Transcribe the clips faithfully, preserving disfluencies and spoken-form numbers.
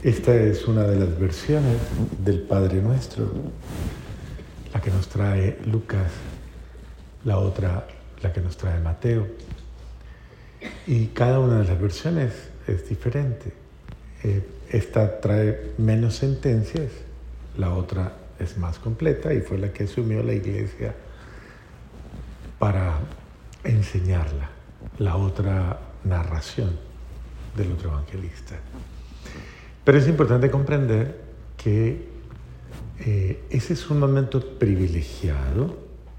Esta es una de las versiones del Padre Nuestro, la que nos trae Lucas, la otra la que nos trae Mateo. Y cada una de las versiones es diferente. Eh, esta trae menos sentencias, la otra es más completa y fue la que asumió la Iglesia para enseñarla, la otra narración del otro evangelista. Pero es importante comprender que eh, ese es un momento privilegiado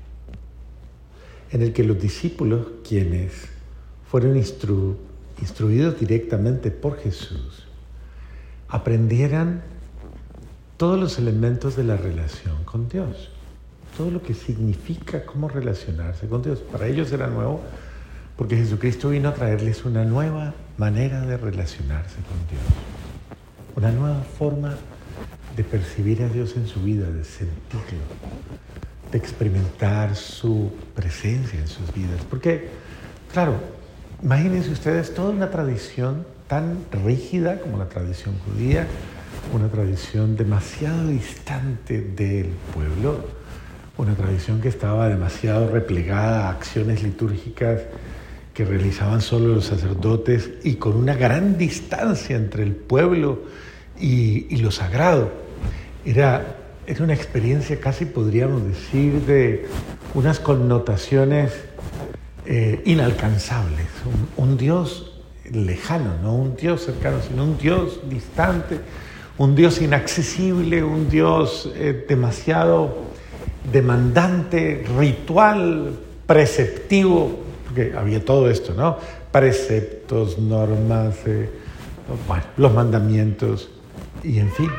en el que los discípulos, quienes fueron instru- instruidos directamente por Jesús, aprendieran todos los elementos de la relación con Dios, todo lo que significa cómo relacionarse con Dios. Para ellos era nuevo porque Jesucristo vino a traerles una nueva manera de relacionarse con Dios, una nueva forma de percibir a Dios en su vida, de sentirlo, de experimentar su presencia en sus vidas. Porque, claro, imagínense ustedes toda una tradición tan rígida como la tradición judía, una tradición demasiado distante del pueblo, una tradición que estaba demasiado replegada a acciones litúrgicas que realizaban solo los sacerdotes y con una gran distancia entre el pueblo y, y lo sagrado. Era, era una experiencia casi, podríamos decir, de unas connotaciones eh, inalcanzables. Un, un Dios lejano, no un Dios cercano, sino un Dios distante, un Dios inaccesible, un Dios eh, demasiado demandante, ritual, preceptivo, porque había todo esto, ¿no? Preceptos, normas, eh, bueno, los mandamientos, y en fin.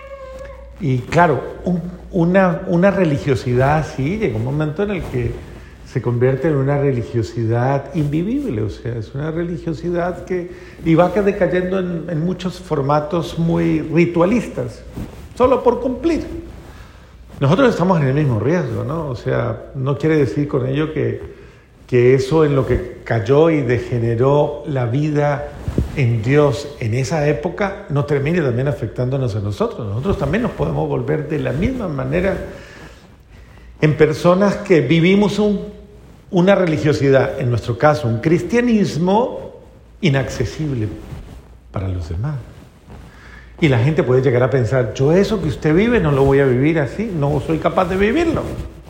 Y claro, un, una, una religiosidad así, llega un momento en el que se convierte en una religiosidad invivible, o sea, es una religiosidad que y va decayendo en, en muchos formatos muy ritualistas, solo por cumplir. Nosotros estamos en el mismo riesgo, ¿no? O sea, no quiere decir con ello que, que eso en lo que cayó y degeneró la vida en Dios en esa época no termine también afectándonos a nosotros. Nosotros también nos podemos volver de la misma manera en personas que vivimos un, una religiosidad, en nuestro caso, un cristianismo inaccesible para los demás. Y la gente puede llegar a pensar, yo eso que usted vive no lo voy a vivir así, no soy capaz de vivirlo.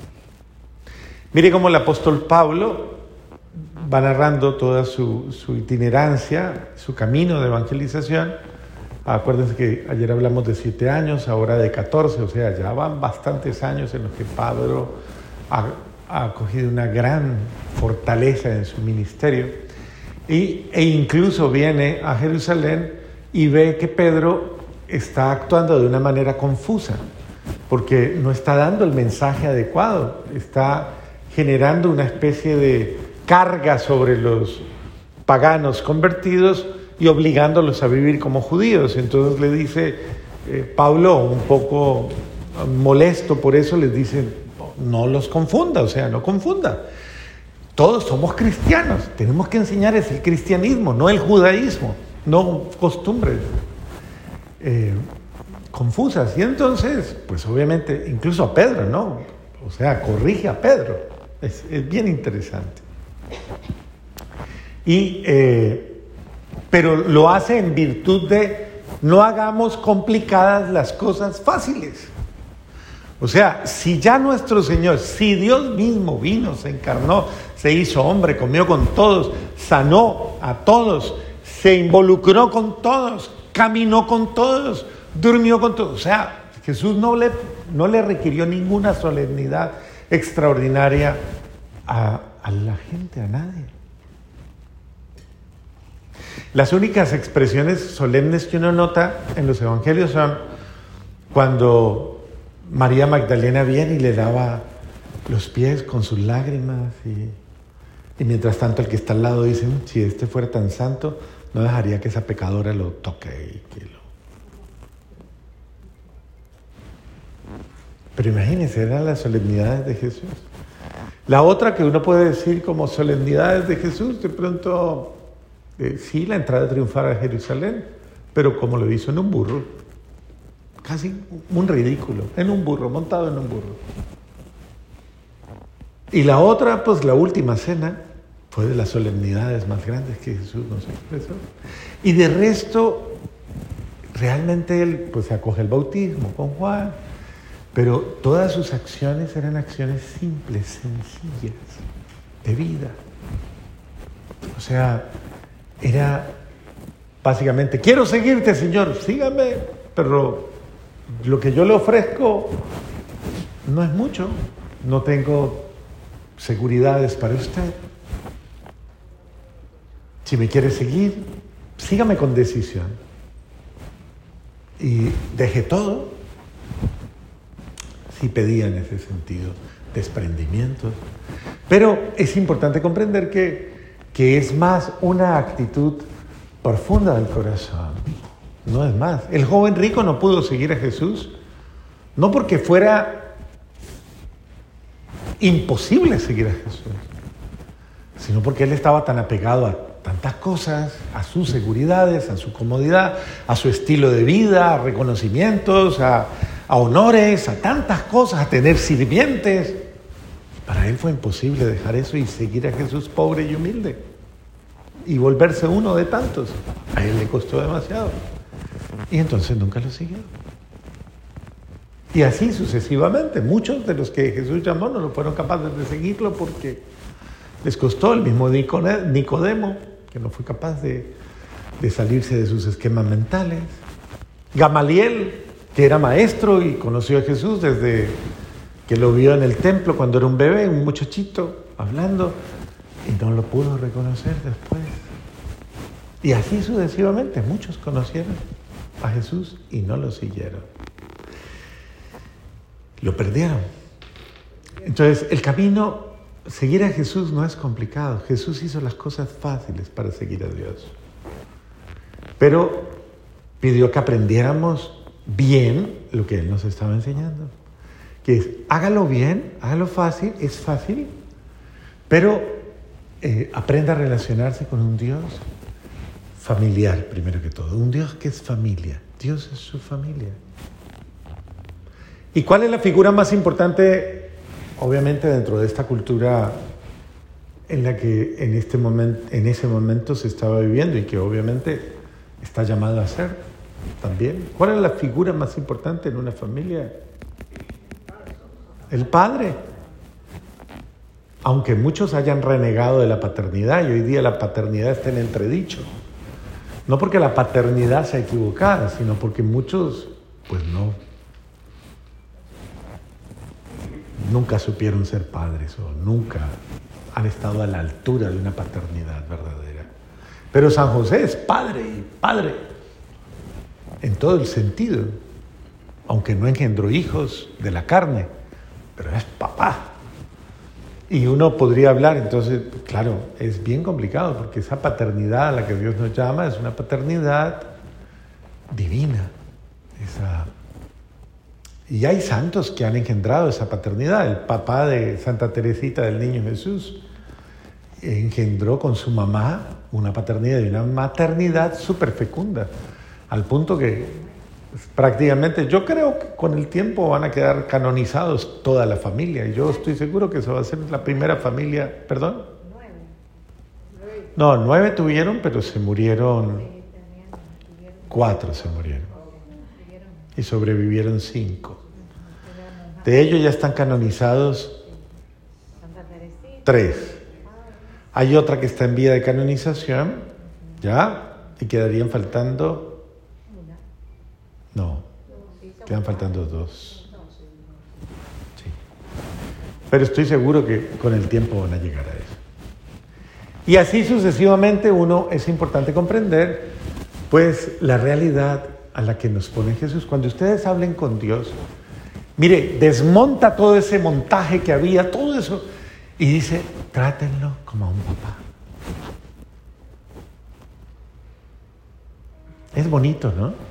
Mire cómo el apóstol Pablo va narrando toda su, su itinerancia, su camino de evangelización. Acuérdense que ayer hablamos de siete años, ahora de catorce, o sea, ya van bastantes años en los que Pablo ha, ha cogido una gran fortaleza en su ministerio. Y, e incluso viene a Jerusalén y ve que Pedro está actuando de una manera confusa, porque no está dando el mensaje adecuado, está generando una especie de carga sobre los paganos convertidos y obligándolos a vivir como judíos. Entonces le dice, eh, Pablo, un poco molesto por eso, les dice, no los confunda, o sea, no confunda. Todos somos cristianos, tenemos que enseñar es el cristianismo, no el judaísmo, no costumbres eh, confusas. Y entonces, pues obviamente, incluso a Pedro, ¿no? O sea, corrige a Pedro. Es, es bien interesante. Y, eh, pero lo hace en virtud de no hagamos complicadas las cosas fáciles. O sea, si ya nuestro Señor, si Dios mismo vino, se encarnó, se hizo hombre, comió con todos, sanó a todos, se involucró con todos, caminó con todos, durmió con todos. O sea, Jesús no le, no le requirió ninguna solemnidad extraordinaria a, a la gente, a nadie. Las únicas expresiones solemnes que uno nota en los evangelios son cuando María Magdalena viene y le lava los pies con sus lágrimas y, y mientras tanto el que está al lado dice, si este fuera tan santo, no dejaría que esa pecadora lo toque y que lo... Pero imagínense, eran las solemnidades de Jesús. La otra que uno puede decir como solemnidades de Jesús, de pronto, eh, sí, la entrada triunfal a Jerusalén, pero como lo hizo en un burro, casi un ridículo, en un burro, montado en un burro. Y la otra, pues la última cena, fue de las solemnidades más grandes que Jesús nos expresó. Y de resto, realmente él pues acoge el bautismo con Juan, pero todas sus acciones eran acciones simples, sencillas, de vida. O sea, era básicamente, quiero seguirte, Señor, sígame, pero lo que yo le ofrezco no es mucho, no tengo seguridades para usted. Si me quiere seguir, sígame con decisión. Y deje todo. Sí pedía en ese sentido desprendimientos. Pero es importante comprender que, que es más una actitud profunda del corazón. No es más. El joven rico no pudo seguir a Jesús, no porque fuera imposible seguir a Jesús, sino porque él estaba tan apegado a tantas cosas, a sus seguridades, a su comodidad, a su estilo de vida, a reconocimientos, a, a honores, a tantas cosas, a tener sirvientes. Para él fue imposible dejar eso y seguir a Jesús pobre y humilde y volverse uno de tantos. A él le costó demasiado. Y entonces nunca lo siguió. Y así sucesivamente. Muchos de los que Jesús llamó no lo fueron capaces de seguirlo porque les costó. El mismo Nicodemo, que no fue capaz de, de salirse de sus esquemas mentales. Gamaliel, que era maestro y conoció a Jesús desde que lo vio en el templo cuando era un bebé, un muchachito, hablando, y no lo pudo reconocer después. Y así sucesivamente, muchos conocieron a Jesús y no lo siguieron. Lo perdieron. Entonces, el camino, seguir a Jesús no es complicado. Jesús hizo las cosas fáciles para seguir a Dios. Pero pidió que aprendiéramos bien lo que Él nos estaba enseñando. Que es, hágalo bien, hágalo fácil, es fácil, pero eh, aprenda a relacionarse con un Dios familiar, primero que todo. Un Dios que es familia. Dios es su familia. ¿Y cuál es la figura más importante, obviamente, dentro de esta cultura en la que en, este momento, en ese momento se estaba viviendo y que obviamente está llamado a ser también? ¿Cuál es la figura más importante en una familia? El padre. Aunque muchos hayan renegado de la paternidad y hoy día la paternidad está en entredicho. No porque la paternidad sea equivocada, sino porque muchos, pues no, nunca supieron ser padres o nunca han estado a la altura de una paternidad verdadera. Pero San José es padre y padre en todo el sentido, aunque no engendró hijos de la carne, pero es papá. Y uno podría hablar, entonces, claro, es bien complicado porque esa paternidad a la que Dios nos llama es una paternidad divina. Esa... Y hay santos que han engendrado esa paternidad. El papá de Santa Teresita del Niño Jesús engendró con su mamá una paternidad y una maternidad súper fecunda, al punto que prácticamente, yo creo que con el tiempo van a quedar canonizados toda la familia. Y yo estoy seguro que eso va a ser la primera familia. ¿Perdón? Nueve. No, nueve tuvieron, pero se murieron. Cuatro se murieron. Y sobrevivieron cinco. De ellos ya están canonizados tres. Hay otra que está en vía de canonización, ¿ya? Y quedarían faltando... No, quedan faltando dos. Sí. Pero estoy seguro que con el tiempo van a llegar a eso. Y así sucesivamente uno, es importante comprender, pues, la realidad a la que nos pone Jesús. Cuando ustedes hablen con Dios, mire, desmonta todo ese montaje que había, todo eso, y dice, trátenlo como a un papá. Es bonito, ¿no?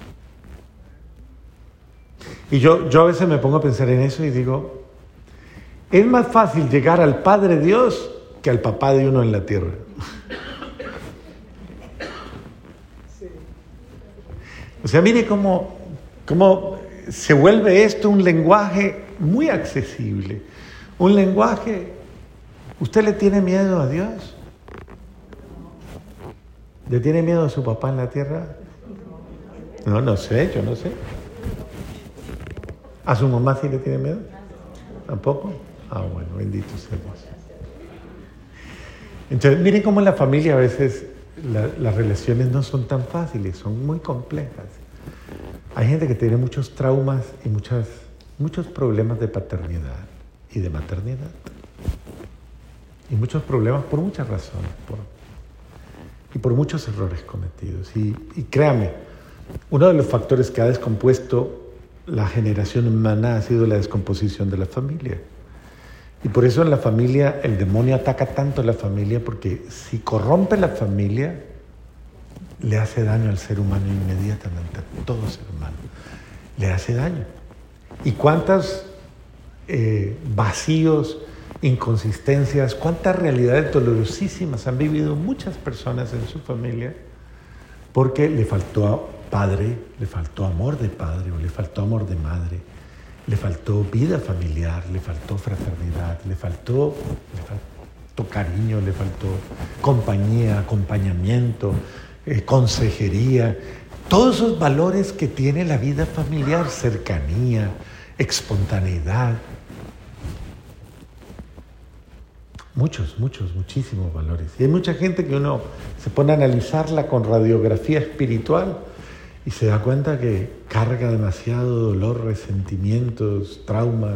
Y yo, yo a veces me pongo a pensar en eso y digo, es más fácil llegar al Padre Dios que al papá de uno en la tierra. O sea, mire cómo, cómo se vuelve esto un lenguaje muy accesible. Un lenguaje, ¿usted le tiene miedo a Dios? ¿Le tiene miedo a su papá en la tierra? No, no sé, yo no sé. ¿A su mamá sí le tiene miedo? ¿Tampoco? Ah, bueno, bendito sea Dios. Entonces, miren cómo en la familia a veces la, las relaciones no son tan fáciles, son muy complejas. Hay gente que tiene muchos traumas y muchas, muchos problemas de paternidad y de maternidad. Y muchos problemas por muchas razones. Por, y por muchos errores cometidos. Y, y créame, uno de los factores que ha descompuesto la generación humana ha sido la descomposición de la familia. Y por eso en la familia, el demonio ataca tanto a la familia, porque si corrompe la familia, le hace daño al ser humano inmediatamente, a todo ser humano. Le hace daño. ¿Y cuántos eh, vacíos, inconsistencias, cuántas realidades dolorosísimas han vivido muchas personas en su familia? Porque le faltó padre, le faltó amor de padre, o le faltó amor de madre, le faltó vida familiar, le faltó fraternidad, le faltó, le faltó cariño, le faltó compañía, acompañamiento, eh, consejería, todos esos valores que tiene la vida familiar, cercanía, espontaneidad. Muchos, muchos, muchísimos valores. Y hay mucha gente que uno se pone a analizarla con radiografía espiritual y se da cuenta que carga demasiado dolor, resentimientos, traumas.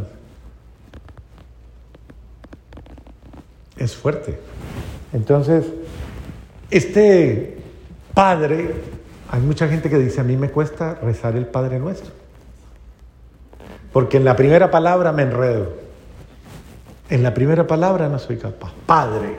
Es fuerte. Entonces, este Padre, hay mucha gente que dice, a mí me cuesta rezar el Padre Nuestro, porque en la primera palabra me enredo. En la primera palabra no soy capaz. Padre.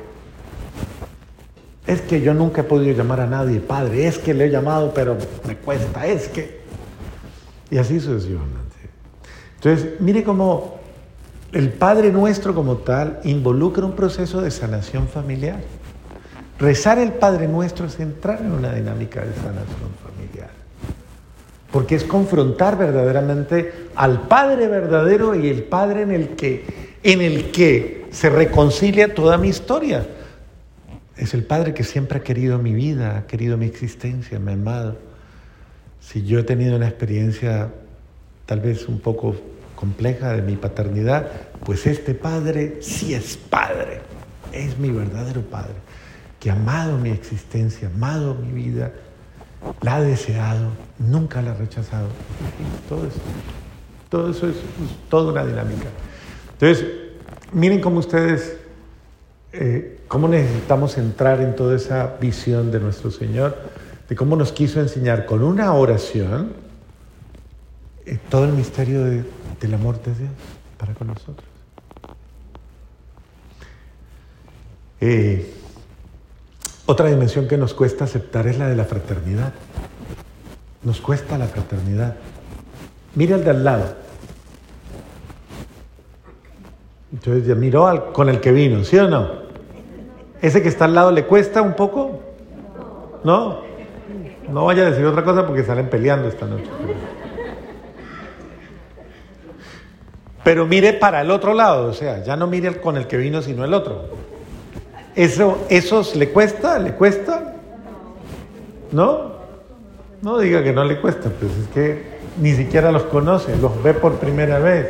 Es que yo nunca he podido llamar a nadie Padre. Es que le he llamado, pero me cuesta. Es que... Y así sucesivamente. Entonces, mire cómo el Padre Nuestro como tal involucra un proceso de sanación familiar. Rezar el Padre Nuestro es entrar en una dinámica de sanación familiar. Porque es confrontar verdaderamente al Padre verdadero y el Padre en el que... en el que se reconcilia toda mi historia. Es el Padre que siempre ha querido mi vida, ha querido mi existencia, me ha amado. Si yo he tenido una experiencia tal vez un poco compleja de mi paternidad, pues este Padre sí es Padre, es mi verdadero Padre, que ha amado mi existencia, ha amado mi vida, la ha deseado, nunca la ha rechazado. Todo eso, todo eso es, es toda una dinámica. Entonces, miren cómo ustedes, eh, cómo necesitamos entrar en toda esa visión de nuestro Señor, de cómo nos quiso enseñar con una oración eh, todo el misterio de, del amor de Dios para con nosotros. Eh, otra dimensión que nos cuesta aceptar es la de la fraternidad. Nos cuesta la fraternidad. Mira al de al lado. Entonces ya miró al, con el que vino, ¿sí o no? ¿Ese que está al lado le cuesta un poco? ¿No? No vaya a decir otra cosa porque salen peleando esta noche. Pero mire para el otro lado, o sea, ya no mire con el que vino sino el otro. ¿Eso, ¿Esos le cuesta? ¿Le cuesta? ¿No? No diga que no le cuesta, pues es que ni siquiera los conoce, los ve por primera vez.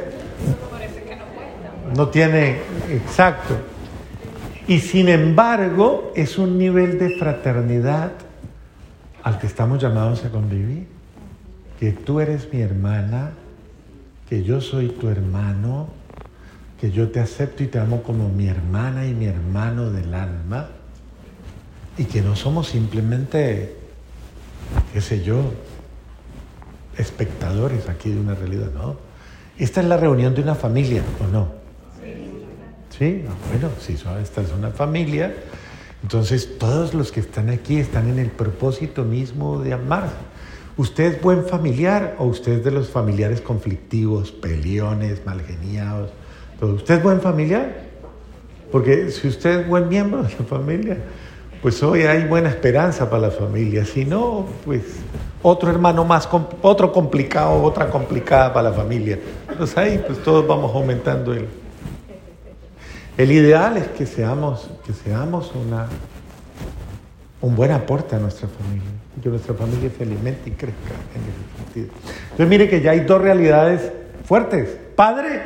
No tiene, exacto. Y sin embargo, es un nivel de fraternidad al que estamos llamados a convivir. Que tú eres mi hermana, que yo soy tu hermano, que yo te acepto y te amo como mi hermana y mi hermano del alma, y que no somos simplemente, qué sé yo, espectadores aquí de una realidad, no. Esta es la reunión de una familia, ¿o no? Sí, bueno, si esta es una familia, entonces todos los que están aquí están en el propósito mismo de amarse. ¿Usted es buen familiar o usted es de los familiares conflictivos, peleones, malgeniados? ¿Usted es buen familiar? Porque si usted es buen miembro de la familia, pues hoy hay buena esperanza para la familia. Si no, pues otro hermano más, otro complicado, otra complicada para la familia. Pues ahí pues todos vamos aumentando el... El ideal es que seamos, que seamos una, un buen aporte a nuestra familia, que nuestra familia se alimente y crezca en ese sentido. Entonces mire que ya hay dos realidades fuertes, padre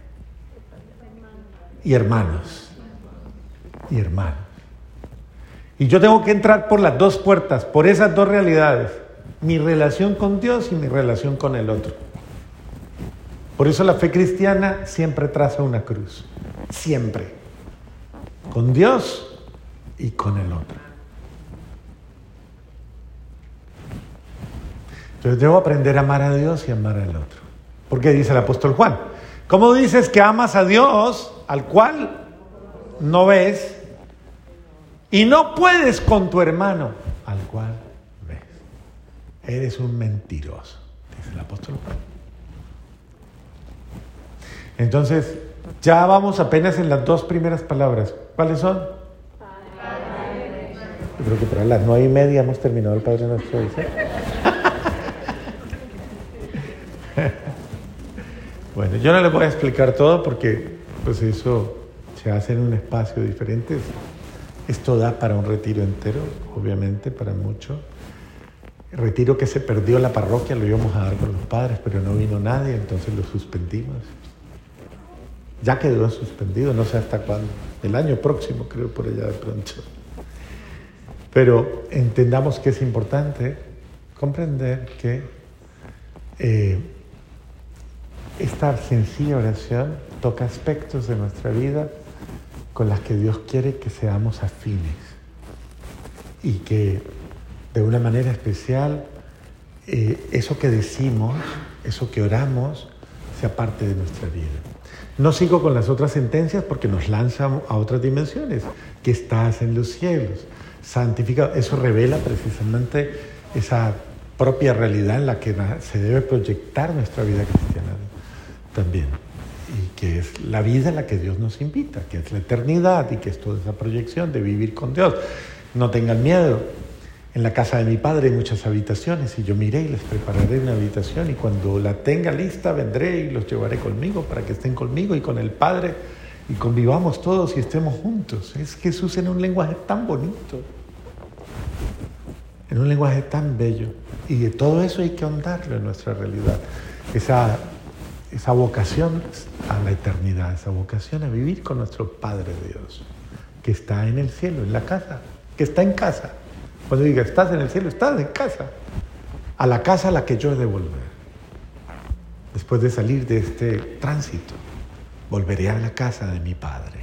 y hermanos. Y hermanos. Y yo tengo que entrar por las dos puertas, por esas dos realidades, mi relación con Dios y mi relación con el otro. Por eso la fe cristiana siempre traza una cruz. Siempre, con Dios y con el otro. Entonces debo aprender a amar a Dios y amar al otro. Porque dice el apóstol Juan, ¿cómo dices que amas a Dios al cual no ves y no puedes con tu hermano al cual ves? Eres un mentiroso, dice el apóstol Juan. Entonces, ya vamos apenas en las dos primeras palabras. ¿Cuáles son? Yo creo que para las nueve y media hemos terminado el Padre Nuestro. ¿Sí? Bueno, yo no les voy a explicar todo porque pues eso se hace en un espacio diferente. Esto da para un retiro entero, obviamente, para mucho. El retiro que se perdió la parroquia lo íbamos a dar con los padres, pero no vino nadie, entonces lo suspendimos. Ya quedó suspendido, no sé hasta cuándo. El año próximo, creo, por allá de pronto. Pero entendamos que es importante comprender que eh, esta sencilla oración toca aspectos de nuestra vida con las que Dios quiere que seamos afines y que de una manera especial eh, eso que decimos, eso que oramos, sea parte de nuestra vida. No sigo con las otras sentencias porque nos lanzan a otras dimensiones. Que estás en los cielos, santificado. Eso revela precisamente esa propia realidad en la que se debe proyectar nuestra vida cristiana también. Y que es la vida a la que Dios nos invita, que es la eternidad y que es toda esa proyección de vivir con Dios. No tengan miedo. En la casa de mi Padre hay muchas habitaciones y yo miré y les prepararé una habitación y cuando la tenga lista vendré y los llevaré conmigo para que estén conmigo y con el Padre y convivamos todos y estemos juntos. Es Jesús en un lenguaje tan bonito, en un lenguaje tan bello y de todo eso hay que ahondarlo en nuestra realidad. Esa, esa vocación a la eternidad, esa vocación a vivir con nuestro Padre Dios que está en el cielo, en la casa, que está en casa. Cuando diga, estás en el cielo, estás en casa. A la casa a la que yo he de volver. Después de salir de este tránsito, volveré a la casa de mi Padre.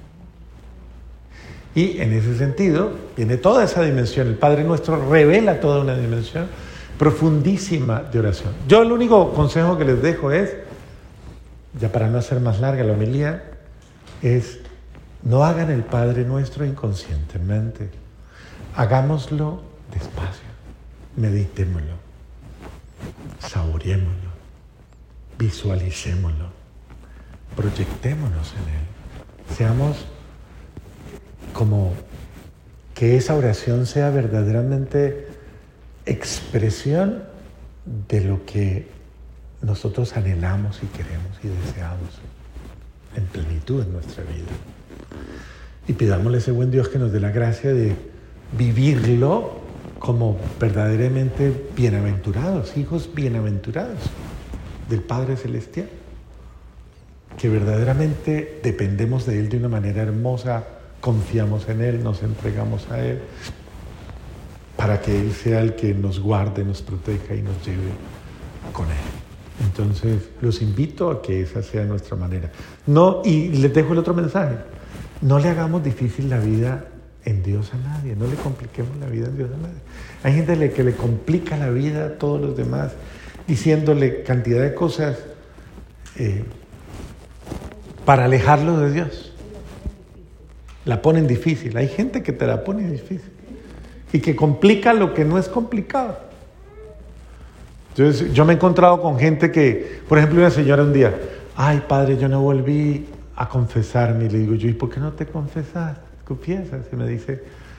Y en ese sentido, viene toda esa dimensión. El Padre Nuestro revela toda una dimensión profundísima de oración. Yo el único consejo que les dejo es, ya para no hacer más larga la homilía, es no hagan el Padre Nuestro inconscientemente. Hagámoslo despacio, meditémoslo, saboreémoslo, visualicémoslo, proyectémonos en él. Seamos como que esa oración sea verdaderamente expresión de lo que nosotros anhelamos y queremos y deseamos en plenitud en nuestra vida. Y pidámosle a ese buen Dios que nos dé la gracia de vivirlo como verdaderamente bienaventurados, hijos bienaventurados del Padre Celestial, que verdaderamente dependemos de Él de una manera hermosa, confiamos en Él, nos entregamos a Él, para que Él sea el que nos guarde, nos proteja y nos lleve con Él. Entonces, los invito a que esa sea nuestra manera. No, y les dejo el otro mensaje, no le hagamos difícil la vida en Dios a nadie, no le compliquemos la vida en Dios a nadie. Hay gente que le complica la vida a todos los demás, diciéndole cantidad de cosas eh, para alejarlo de Dios. La ponen difícil. Hay gente que te la pone difícil y que complica lo que no es complicado. Entonces, yo me he encontrado con gente que, por ejemplo, una señora un día, ay, padre, yo no volví a confesarme. Y le digo yo, ¿y por qué no te confesas? Confiesas. Y me dice,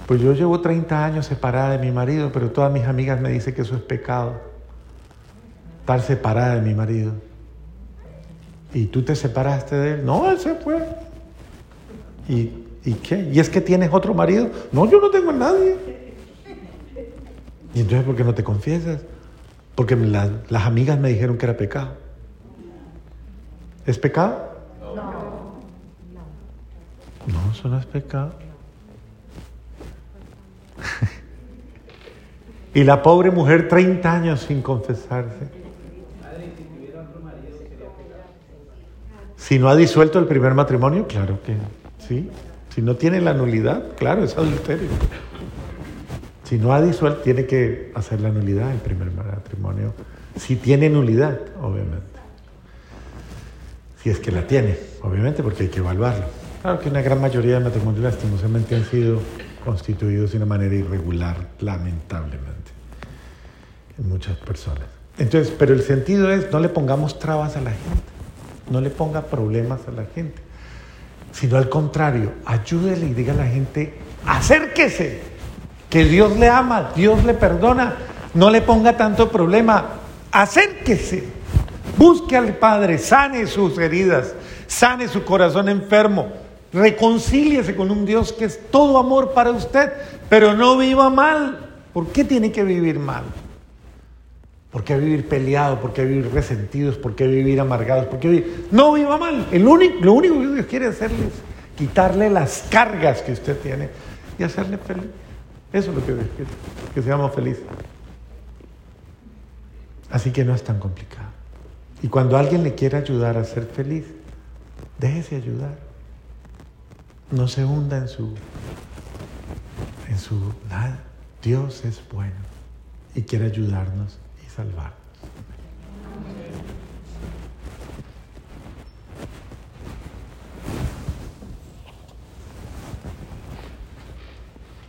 Pues yo llevo treinta años separada de mi marido, pero todas mis amigas me dicen que eso es pecado. Estar separada de mi marido. ¿Y tú te separaste de él? No, él se fue. ¿Y, ¿y qué? ¿Y es que tienes otro marido? No, yo no tengo a nadie. ¿Y entonces por qué no te confiesas? Porque la, las amigas me dijeron que era pecado. ¿Es pecado? No. No, eso no es pecado. Y la pobre mujer, treinta años sin confesarse. Si no ha disuelto el primer matrimonio, claro que sí. Si no tiene la nulidad, claro, es adulterio. Si no ha disuelto, tiene que hacer la nulidad el primer matrimonio. Si tiene nulidad, obviamente. Si es que la tiene, obviamente, porque hay que evaluarlo. Claro que una gran mayoría de matrimonios lastimosamente han sido constituidos de una manera irregular, lamentablemente, en muchas personas. Entonces, pero el sentido es, no le pongamos trabas a la gente, no le ponga problemas a la gente, sino al contrario, ayúdele y diga a la gente, acérquese, que Dios le ama, Dios le perdona, no le ponga tanto problema, acérquese, busque al Padre, sane sus heridas, sane su corazón enfermo, reconcíliese con un Dios que es todo amor para usted, pero no viva mal. ¿Por qué tiene que vivir mal? ¿Por qué vivir peleado? ¿Por qué vivir resentidos? ¿Por qué vivir amargados? ¿Por qué vivir? No viva mal. El único, lo único que Dios quiere hacerle es quitarle las cargas que usted tiene y hacerle feliz. Eso es lo que Dios quiere, que seamos felices. Así que no es tan complicado. Y cuando alguien le quiera ayudar a ser feliz, déjese ayudar. No se hunda en su, en su nada. Dios es bueno y quiere ayudarnos y salvarnos.